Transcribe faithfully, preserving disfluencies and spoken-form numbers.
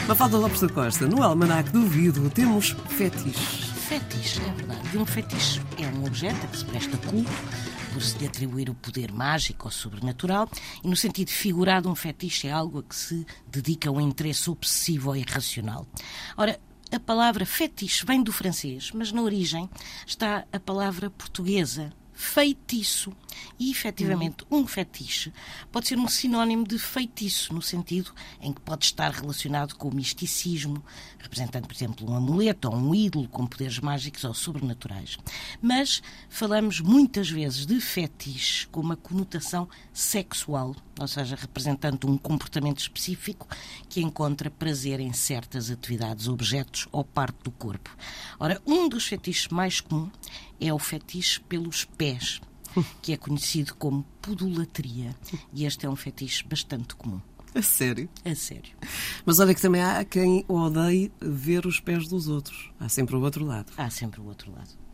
Mafalda Lopes da Costa, no Almanaque do Vidro temos fetiches. Fetiche, é verdade. E um fetiche é um objeto a que se presta culto por se lhe atribuir o poder mágico ou sobrenatural, e no sentido figurado, um fetiche é algo a que se dedica um interesse obsessivo ou irracional. Ora, a palavra fetiche vem do francês, mas na origem está a palavra portuguesa, feitiço. E, efetivamente, um fetiche pode ser um sinónimo de feitiço, no sentido em que pode estar relacionado com o misticismo, representando, por exemplo, um amuleto ou um ídolo com poderes mágicos ou sobrenaturais. Mas falamos muitas vezes de fetiche com uma conotação sexual, ou seja, representando um comportamento específico que encontra prazer em certas atividades, objetos ou parte do corpo. Ora, um dos fetiches mais comuns é o fetiche pelos pés, que é conhecido como podolatria. E este é um fetiche bastante comum. A sério? A sério. Mas olha que também há quem odeie ver os pés dos outros. Há sempre o outro lado. Há sempre o outro lado.